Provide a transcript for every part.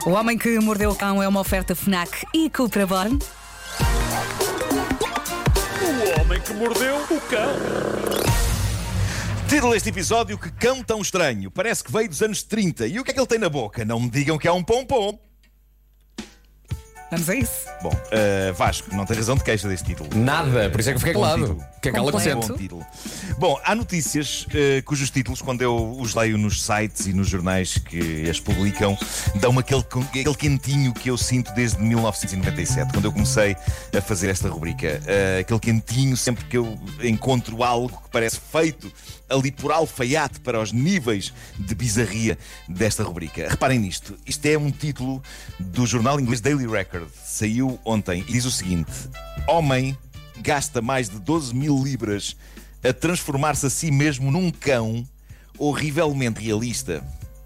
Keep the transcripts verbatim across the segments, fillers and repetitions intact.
O Homem que Mordeu o Cão é uma oferta FNAC e Cupra Born. O Homem que Mordeu o Cão. Título deste episódio: Que cão tão estranho. Parece que veio dos anos trinta. E o que é que ele tem na boca? Não me digam que é um pompom. Vamos a isso. Bom, uh, Vasco, não tem razão de queixa deste título. Nada, por isso é que eu fiquei Bom calado. título. Que é cala Completo. consente. Bom título. Bom, há notícias uh, cujos títulos, quando eu os leio nos sites e nos jornais que as publicam, dão-me aquele, aquele quentinho que eu sinto desde mil novecentos e noventa e sete, quando eu comecei a fazer esta rubrica. Uh, aquele quentinho sempre que eu encontro algo que parece feito ali por alfaiate para os níveis de bizarria desta rubrica. Reparem nisto. Isto é um título do jornal inglês Daily Record. Saiu ontem e diz o seguinte: homem gasta mais de doze mil libras a transformar-se a si mesmo num cão horrivelmente realista.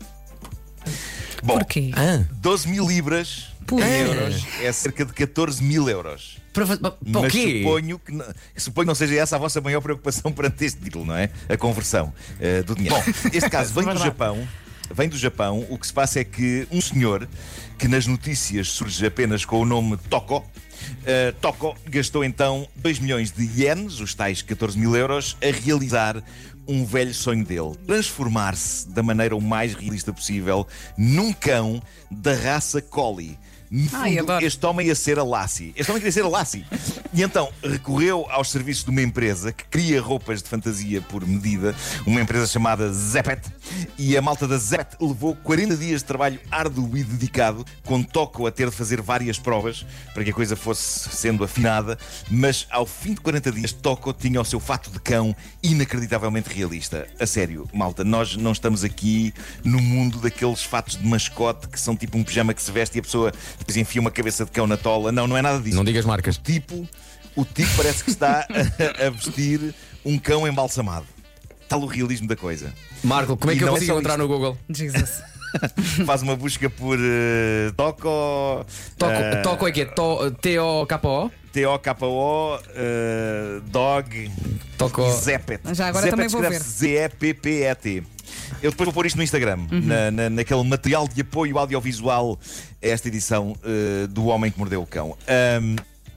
Bom, Porquê? Ah, doze mil libras Por em euros é cerca de catorze mil euros. para, para, para o Mas quê? suponho que, não, suponho que não seja essa a vossa maior preocupação perante este título, não é? A conversão uh, do dinheiro. Bom, este caso vem do Japão. Vem do Japão. O que se passa é que um senhor, que nas notícias surge apenas com o nome Toko, uh, Toko gastou então dois milhões de ienes, os tais catorze mil euros, a realizar um velho sonho dele: transformar-se da maneira o mais realista possível num cão da raça Collie. No Ai, fundo, adoro. este homem ia ser a Lassie. Este homem queria ser a Lassie. E então recorreu aos serviços de uma empresa que cria roupas de fantasia por medida, uma empresa chamada Zeppet. E a malta da Zeppet levou quarenta dias de trabalho árduo e dedicado, com Toko a ter de fazer várias provas para que a coisa fosse sendo afinada. Mas ao fim de quarenta dias, Toko tinha o seu fato de cão inacreditavelmente realista. A sério, malta, nós não estamos aqui no mundo daqueles fatos de mascote que são tipo um pijama que se veste e a pessoa depois enfia uma cabeça de cão na tola. Não, não é nada disso. Não digas marcas. O tipo, o tipo parece que está a, a vestir um cão embalsamado. Tal o realismo da coisa. Marco, como é E que eu não é consigo só entrar isto. no Google? Jesus. Faz uma busca por uh, Toko. Toco, uh, toco é que é? T O K O? T O K O, uh, Dog Toco. e Zeppet. Já agora Zeppet também vou ver. escreve-se Z E P P E T. Eu depois vou pôr isto no Instagram, Uhum. na, na, naquele material de apoio audiovisual a esta edição uh, do Homem que Mordeu o Cão. Um,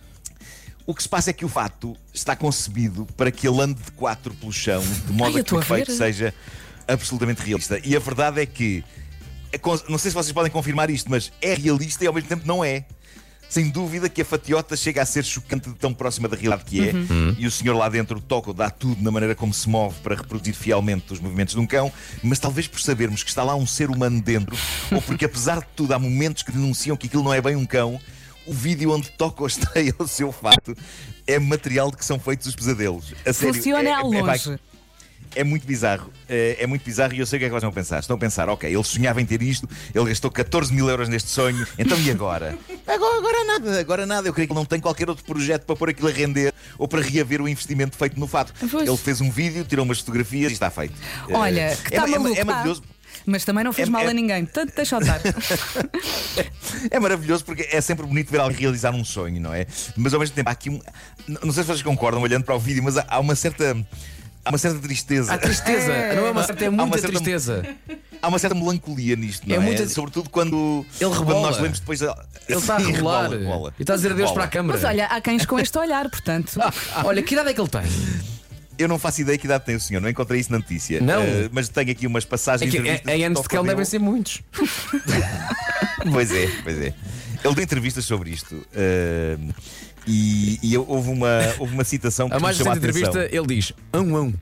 o que se passa é que o fato está concebido para que ele ande de quatro pelo chão, de modo Ai, eu a que estou o a ver. efeito seja absolutamente realista. E a verdade é que, é con- não sei se vocês podem confirmar isto, mas é realista e ao mesmo tempo não é. Sem dúvida que a fatiota chega a ser chocante de tão próxima da realidade que é. Uhum. E o senhor lá dentro, o Toko, dá tudo na maneira como se move para reproduzir fielmente os movimentos de um cão. Mas talvez por sabermos que está lá um ser humano dentro, ou porque apesar de tudo há momentos que denunciam que aquilo não é bem um cão, o vídeo onde Toko estreia o seu fato é material de que são feitos os pesadelos. A sério, Funciona é, a é- é- longe. é muito bizarro, é, é muito bizarro e eu sei o que é que vocês vão pensar. Estão a pensar, ok, ele sonhava em ter isto, ele gastou catorze mil euros neste sonho, então e agora? Agora, agora nada, agora nada. Eu creio que ele não tem qualquer outro projeto para pôr aquilo a render ou para reaver o investimento feito no fato. Pois. Ele fez um vídeo, tirou umas fotografias e está feito. Olha, Eh, que é, está é- maluco. é pá. maravilhoso. Mas também não fez É- mal é- a ninguém. Portanto, deixa estar. É maravilhoso porque é sempre bonito ver alguém realizar um sonho, não é? Mas ao mesmo tempo há aqui um. Não sei se vocês concordam olhando para o vídeo, mas há- há uma certa. Há uma certa tristeza. Há tristeza. Não é uma certa, é uma muita certa- tristeza. Há uma certa melancolia nisto, não É é? muita- Sobretudo quando, Ele quando rebola. nós lemos depois. A... Ele está a Sim, rolar. rebola, rebola. E está a dizer adeus Rebola. para a câmara. Mas olha, há cães com este olhar, portanto. Olha, que idade é que ele tem? Eu não faço ideia que idade tem o senhor, não encontrei isso na notícia. Não. Eh, mas tenho aqui umas É passagens que entrevistas em anos de Toko cão deu. devem ser muitos. Pois é, pois é. Ele deu entrevistas sobre isto. eh, e e houve, uma, houve uma citação que A me mais chamou a recente atenção. entrevista, ele diz: um, um.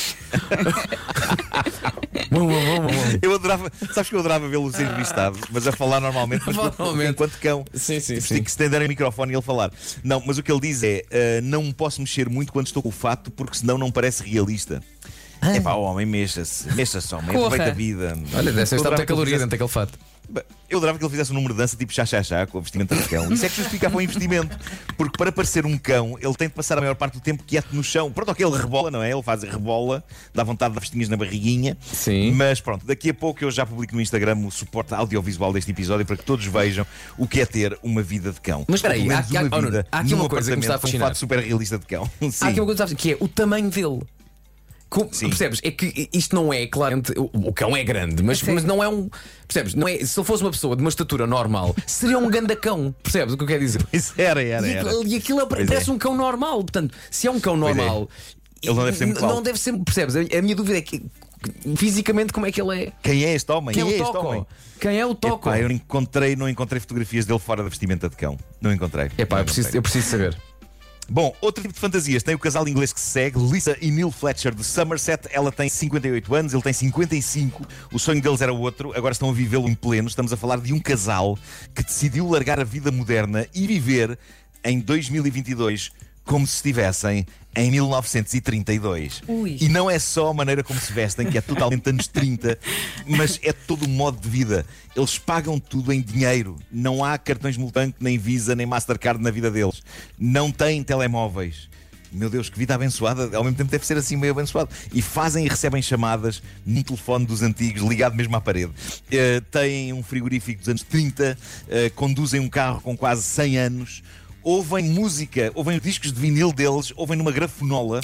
um, um, um, um. Eu adorava, sabes que eu adorava vê-lo ser entrevistado, mas a falar normalmente, mas Normalmente. enquanto cão. Sim, sim, Tipo, sim. tem que se estender o microfone e ele falar. Não, mas o que ele diz é: eh, não me posso mexer muito quando estou com o fato, porque senão não parece realista. É pá, o homem, mexa-se, mexa-se, homem, Corra. aproveita a vida. Olha, deve Eu estar adorava muita que ele caloria fizesse- dentro daquele fato. Eu adorava que ele fizesse um número de dança tipo chá-chá-chá com o vestimento de cão. Isso é que justificava o investimento. Porque para parecer um cão, ele tem de passar a maior parte do tempo quieto no chão. Pronto, ok, ele rebola, não é? Ele faz rebola, dá vontade de dar vestinhas na barriguinha. Sim. Mas pronto, daqui a pouco eu já publico no Instagram o suporte audiovisual deste episódio para que todos vejam o que é ter uma vida de cão. Mas espera aí, Ou pelo há- menos há- uma oh, Nuno, vida há aqui uma num coisa que me está a apartamento com um fascinar. fato super realista de cão. Sim. Há aqui uma coisa que é o tamanho dele. Com- percebes? É que isto não é, claramente, o, o cão é grande, mas, Sim. mas não é um. Percebes? Não é, se ele fosse uma pessoa de uma estatura normal, seria um gandacão. Percebes o que eu quero dizer? Isso era, era, E, era. aquilo- e aquilo é- Pois parece é. um cão normal. Portanto, se é um cão Pois é. normal. Ele não deve ser muito Não alto. deve ser, percebes? A, a minha dúvida é que fisicamente como é que ele é? Quem é este homem? Quem é o este Toco? homem? Quem é o Toco? Epá, eu encontrei, não encontrei fotografias dele fora da vestimenta de cão. Não encontrei. Epá, Não eu preciso, encontrei. eu preciso saber. Bom, outro tipo de fantasias. Tem o casal inglês que se segue, Lisa e Neil Fletcher de Somerset. Ela tem cinquenta e oito anos, ele tem cinquenta e cinco. O sonho deles era outro, agora estão a vivê-lo em pleno. Estamos a falar de um casal que decidiu largar a vida moderna e viver em dois mil e vinte e dois como se estivessem em mil novecentos e trinta e dois. Ui. E não é só a maneira como se vestem, que é totalmente anos trinta, mas é todo o modo de vida. Eles pagam tudo em dinheiro. Não há cartões Multibanco, nem Visa, nem Mastercard na vida deles. Não têm telemóveis. Meu Deus, que vida abençoada. Ao mesmo tempo deve ser assim meio abençoado. E fazem e recebem chamadas num telefone dos antigos, ligado mesmo à parede. Uh, têm um frigorífico dos anos trinta, uh, conduzem um carro com quase cem anos. Ouvem música, ouvem os discos de vinil deles, ouvem numa grafonola.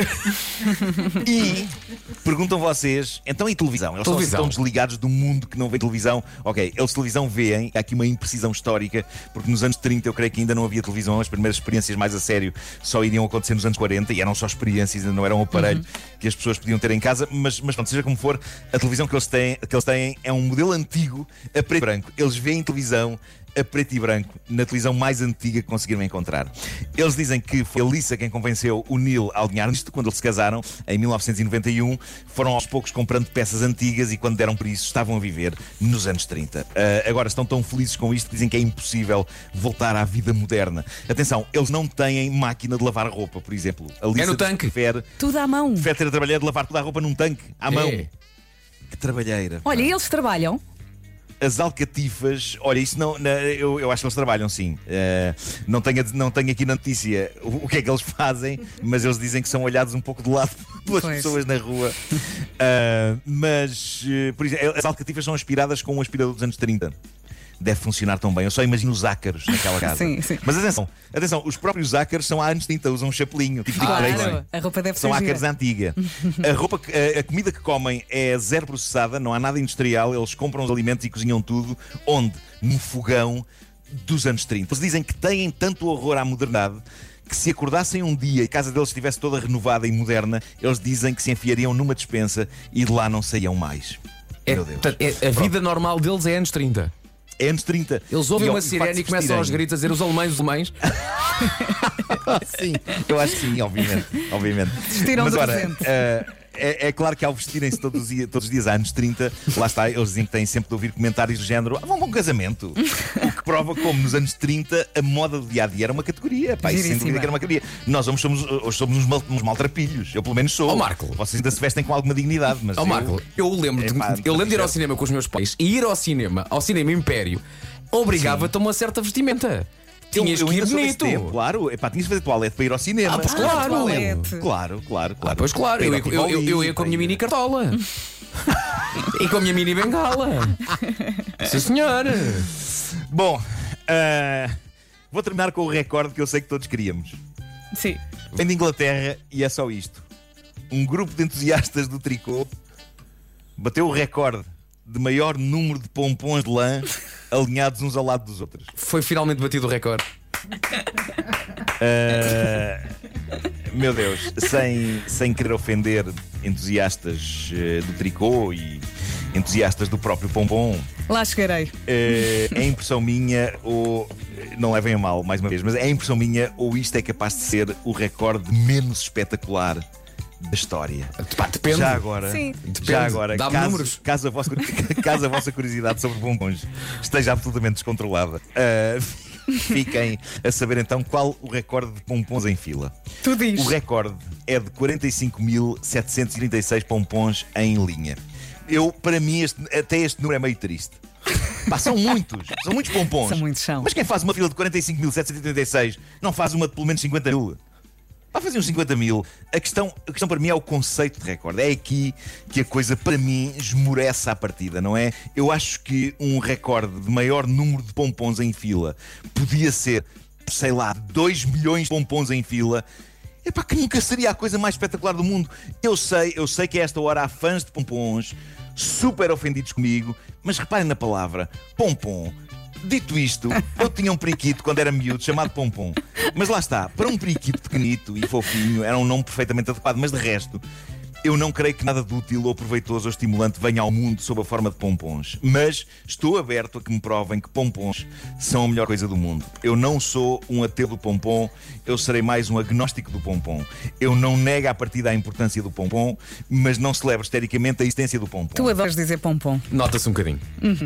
E perguntam vocês, então e televisão? Eles Televisão. estão desligados do mundo que não vê televisão. Ok, eles televisão veem, há aqui uma imprecisão histórica, porque nos anos trinta eu creio que ainda não havia televisão. As primeiras experiências mais a sério só iriam acontecer nos anos quarenta, e eram só experiências, ainda não era um aparelho que as pessoas podiam ter em casa. Mas, mas pronto, seja como for, a televisão que eles têm, que eles têm é um modelo antigo a preto e branco. Eles veem televisão a preto e branco na televisão mais antiga que conseguiram encontrar. Eles dizem que foi a Lisa quem convenceu o Neil a alinhar nisto quando eles se casaram em mil novecentos e noventa e um. Foram aos poucos comprando peças antigas e quando deram por isso estavam a viver nos anos trinta. Uh, agora estão tão felizes com isto que dizem que é impossível voltar à vida moderna. Atenção, eles não têm máquina de lavar roupa, por exemplo. A Lisa É no tanque. prefere, Tudo à mão. prefere ter a trabalhar de lavar toda a roupa num tanque, à mão. É. Que trabalheira. Olha, eles trabalham. As alcatifas, olha, isso não, não, eu, eu acho que eles trabalham sim. Uh, não, tenho, não tenho aqui na notícia o, o que é que eles fazem, mas eles dizem que são olhados um pouco de lado pelas Pois. pessoas na rua. Uh, mas, uh, por exemplo, as alcatifas são aspiradas com um aspirador dos anos trinta. Deve funcionar tão bem. Eu só imagino os ácaros naquela casa. Sim, sim. Mas atenção, atenção, os próprios ácaros são há anos trinta, usam um chapelinho, tipo Dick Claro, Tracy. a roupa deve São ser ácaros gira. antiga. A, roupa, que- a, a comida que comem é zero processada, não há nada industrial. Eles compram os alimentos e cozinham tudo. Onde? No fogão dos anos trinta. Eles dizem que têm tanto horror à modernidade que se acordassem um dia e a casa deles estivesse toda renovada e moderna, eles dizem que se enfiariam numa despensa e de lá não saíam mais. É, Meu Deus. portanto, é- a vida normal deles é anos trinta. É anos trinta. Eles ouvem E, uma ó, o facto sirene de e começam vestirem- aos gritos a dizer os alemães, os alemães. Sim, eu acho que sim, obviamente. obviamente. Desistiram Mas do ora, presente. eh, é, é claro que ao vestirem-se todos, os dia- todos os dias há anos trinta, lá está, eles dizem que têm sempre de ouvir comentários do género: ah, vão para um casamento. O que prova como nos anos trinta a moda do dia a dia era uma categoria. Pá, isso sem Giríssima. dúvida que era uma categoria. Nós hoje somos, hoje somos uns, mal, uns maltrapilhos. Eu pelo menos sou. Ó, Marco. Vocês ainda se vestem com alguma dignidade. Mas Ó eu- Marco, eu lembro, de, Epá, eu lembro de ir ao certo. cinema com os meus pais e ir ao cinema, ao cinema Império, obrigava-te a uma certa vestimenta. eu, Tinhas eu que ir ainda sou desse bonito. tempo, claro. Epá, tinhas de fazer toalete para ir ao cinema. Ah, pois Ah, claro. toalete. Claro, claro, claro. Ah, pois claro, Para ir eu, ao ia- eu, eu, eu ia com a minha mini cartola e com a minha mini bengala. Sim, senhor. Bom, ah, vou terminar com o recorde que eu sei que todos queríamos. Sim. Vem de Inglaterra e é só isto. Um grupo de entusiastas do tricô bateu o recorde de maior número de pompons de lã alinhados uns ao lado dos outros. Foi finalmente batido o recorde. Ah, meu Deus, sem, sem querer ofender entusiastas eh, do tricô e entusiastas do próprio pompom, Lá chegarei. eh, é impressão minha ou. Não levem a mal, mais uma vez, mas é impressão minha ou isto é capaz de ser o recorde menos espetacular da história. Pá, depende. Já agora, Sim. Depende. já agora Dá-me caso, números. caso, a vossa, caso a vossa curiosidade sobre bombons esteja absolutamente descontrolada, ah, fiquem a saber então qual o recorde de pompons em fila. Tu diz. O recorde é de quarenta e cinco mil setecentos e trinta e seis pompons em linha. Eu, para mim, este- até este número é meio triste. Pá, são muitos, são muitos pompons. São muitos, são. Mas quem faz uma fila de quarenta e cinco mil setecentos e trinta e seis não faz uma de pelo menos cinquenta mil? Vai fazer uns cinquenta mil. A questão, a questão para mim é o conceito de recorde. É aqui que a coisa para mim esmorece à partida, não é? Eu acho que um recorde de maior número de pompons em fila podia ser, sei lá, dois milhões de pompons em fila. Epá, que nunca seria a coisa mais espetacular do mundo. Eu sei, eu sei que a esta hora há fãs de pompons super ofendidos comigo, mas reparem na palavra pompom. Dito isto, eu tinha um periquito quando era miúdo chamado Pompom. Mas lá está, para um periquito pequenito e fofinho era um nome perfeitamente adequado, mas de resto, eu não creio que nada de útil ou proveitoso ou estimulante venha ao mundo sob a forma de pompons. Mas estou aberto a que me provem que pompons são a melhor coisa do mundo. Eu não sou um ateu do pompom, eu serei mais um agnóstico do pompom. Eu não nego à partida a importância do pompom, mas não celebro histericamente a existência do pompom. Tu adoras dizer pompom. Nota-se um bocadinho.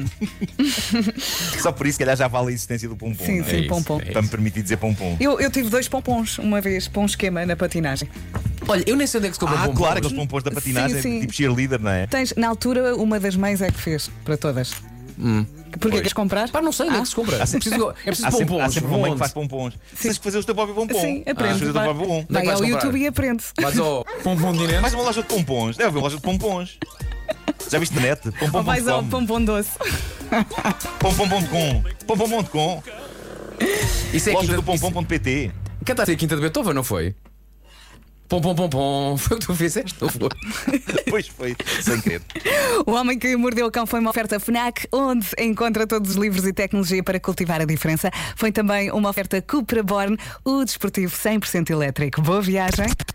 Só por isso, que calhar já vale a existência do pompom. Sim, não é? sim, isso, pompom. é Para me permitir dizer pompom. Eu, eu tive dois pompons uma vez para um esquema na patinagem. Olha, eu nem sei onde é que se compra Ah, pompons. claro, aqueles pompons da patinagem, Sim, sim. tipo cheerleader, não é? Tens, na altura, uma das mães é que fez para todas. Porquê Pois. queres comprar? Pá, não sei onde é que se compra. É preciso, é preciso Há sempre, pompons. há sempre uma mãe que Onde? faz pompons. Tens que fazer o teu próprio pompom. Sim, Tens aprende. que fazer o teu vai próprio pompom. Onde é vai que vais ao comprar? YouTube e aprende. Vais ao pompom dinheiro. Mais uma loja de pompons. Deve haver uma loja de pompons. Já viste na net? Pompom Ou vais ao ponto com. pompom doce. Pompom ponto com. Pompom ponto com. Isso é a Loja quinta do pompom ponto pt. Cantaste a quinta de Beethoven, não foi? Pom, pom, pom, pom. Foi o que tu fizeste, não foi? Pois foi, sem querer. O Homem que Mordeu o Cão foi uma oferta FNAC, onde encontra todos os livros e tecnologia para cultivar a diferença. Foi também uma oferta Cupra Born, o desportivo cem por cento elétrico. Boa viagem.